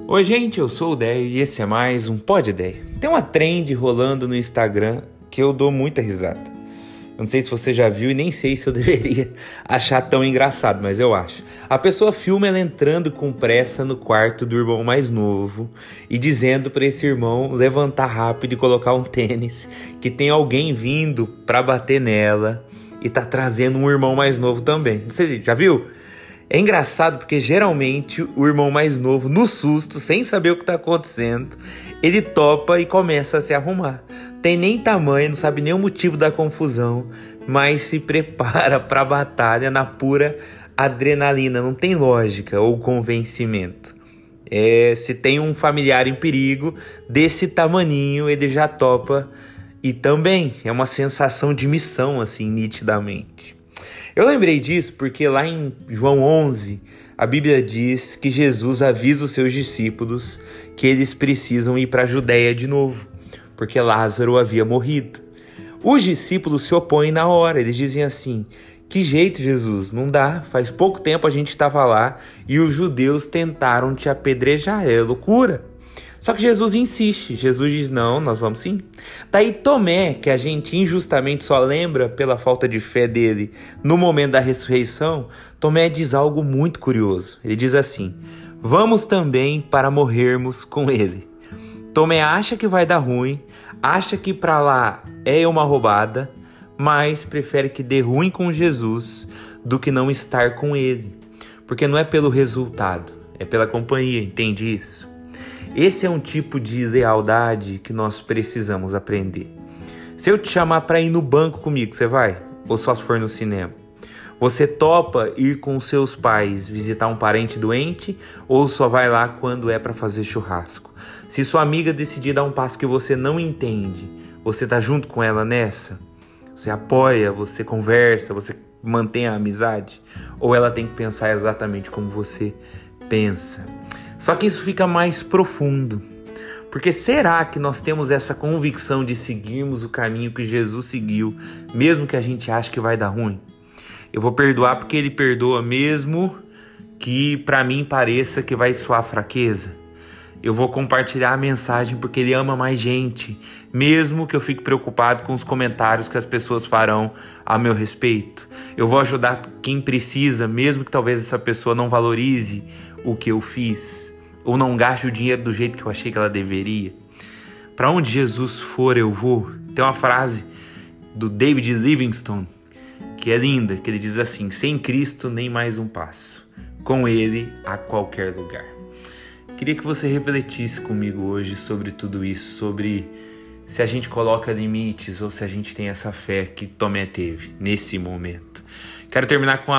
Oi gente, eu sou o Déio e esse é mais um Pod Déio. Tem uma trend rolando no Instagram que eu dou muita risada. Eu não sei se você já viu e nem sei se eu deveria achar tão engraçado, mas eu acho. A pessoa filma ela entrando com pressa no quarto do irmão mais novo e dizendo para esse irmão levantar rápido e colocar um tênis, que tem alguém vindo para bater nela e tá trazendo um irmão mais novo também. Você já viu? É engraçado porque geralmente o irmão mais novo, no susto, sem saber o que está acontecendo, ele topa e começa a se arrumar. Tem nem tamanho, não sabe nem o motivo da confusão, mas se prepara para a batalha na pura adrenalina. Não tem lógica ou convencimento. Se tem um familiar em perigo, desse tamaninho ele já topa. E também é uma sensação de missão, assim, nitidamente. Eu lembrei disso porque lá em João 11, a Bíblia diz que Jesus avisa os seus discípulos que eles precisam ir para a Judéia de novo, porque Lázaro havia morrido. Os discípulos se opõem na hora, eles dizem assim: que jeito, Jesus, não dá, faz pouco tempo a gente estava lá e os judeus tentaram te apedrejar, é loucura. Só que Jesus insiste, Jesus diz não, nós vamos sim. Daí Tomé, que a gente injustamente só lembra pela falta de fé dele no momento da ressurreição, Tomé diz algo muito curioso. Ele diz assim: vamos também para morrermos com ele. Tomé acha que vai dar ruim, acha que para lá é uma roubada, mas prefere que dê ruim com Jesus do que não estar com ele. Porque não é pelo resultado, é pela companhia, entende isso? Esse é um tipo de lealdade que nós precisamos aprender. Se eu te chamar para ir no banco comigo, você vai? Ou só se for no cinema? Você topa ir com seus pais visitar um parente doente ou só vai lá quando é para fazer churrasco? Se sua amiga decidir dar um passo que você não entende, você tá junto com ela nessa? Você apoia, você conversa, você mantém a amizade? Ou ela tem que pensar exatamente como você pensa? Só que isso fica mais profundo, porque será que nós temos essa convicção de seguirmos o caminho que Jesus seguiu, mesmo que a gente ache que vai dar ruim? Eu vou perdoar porque ele perdoa mesmo que para mim pareça que vai soar fraqueza. Eu vou compartilhar a mensagem porque ele ama mais gente, mesmo que eu fique preocupado com os comentários que as pessoas farão a meu respeito. Eu vou ajudar quem precisa, mesmo que talvez essa pessoa não valorize o que eu fiz, ou não gaste o dinheiro do jeito que eu achei que ela deveria. Para onde Jesus for, eu vou. Tem uma frase do David Livingstone que é linda, que ele diz assim: sem Cristo nem mais um passo, com ele a qualquer lugar. Queria que você refletisse comigo hoje sobre tudo isso, sobre se a gente coloca limites ou se a gente tem essa fé que Tomé teve nesse momento. Quero terminar com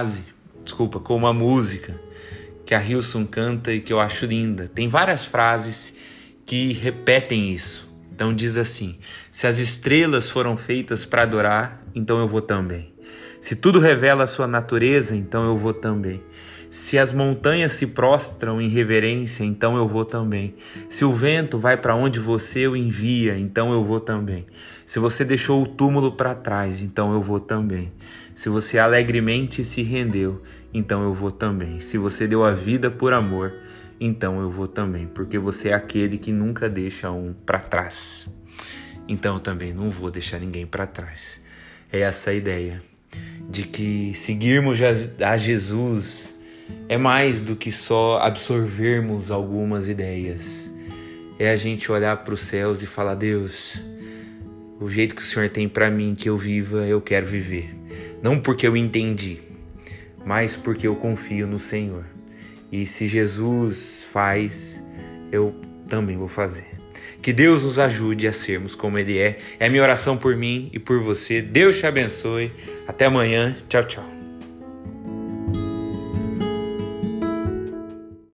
com uma música que a Hilson canta e que eu acho linda. Tem várias frases que repetem isso. Então diz assim: se as estrelas foram feitas para adorar, então eu vou também. Se tudo revela a sua natureza, então eu vou também. Se as montanhas se prostram em reverência, então eu vou também. Se o vento vai para onde você o envia, então eu vou também. Se você deixou o túmulo para trás, então eu vou também. Se você alegremente se rendeu, então eu vou também. Se você deu a vida por amor, então eu vou também. Porque você é aquele que nunca deixa um para trás. Então eu também não vou deixar ninguém para trás. É essa a ideia de que seguirmos a Jesus é mais do que só absorvermos algumas ideias. É a gente olhar para os céus e falar: Deus, o jeito que o Senhor tem para mim que eu viva, eu quero viver. Não porque eu entendi, mas porque eu confio no Senhor. E se Jesus faz, eu também vou fazer. Que Deus nos ajude a sermos como Ele é. É a minha oração por mim e por você. Deus te abençoe. Até amanhã. Tchau, tchau.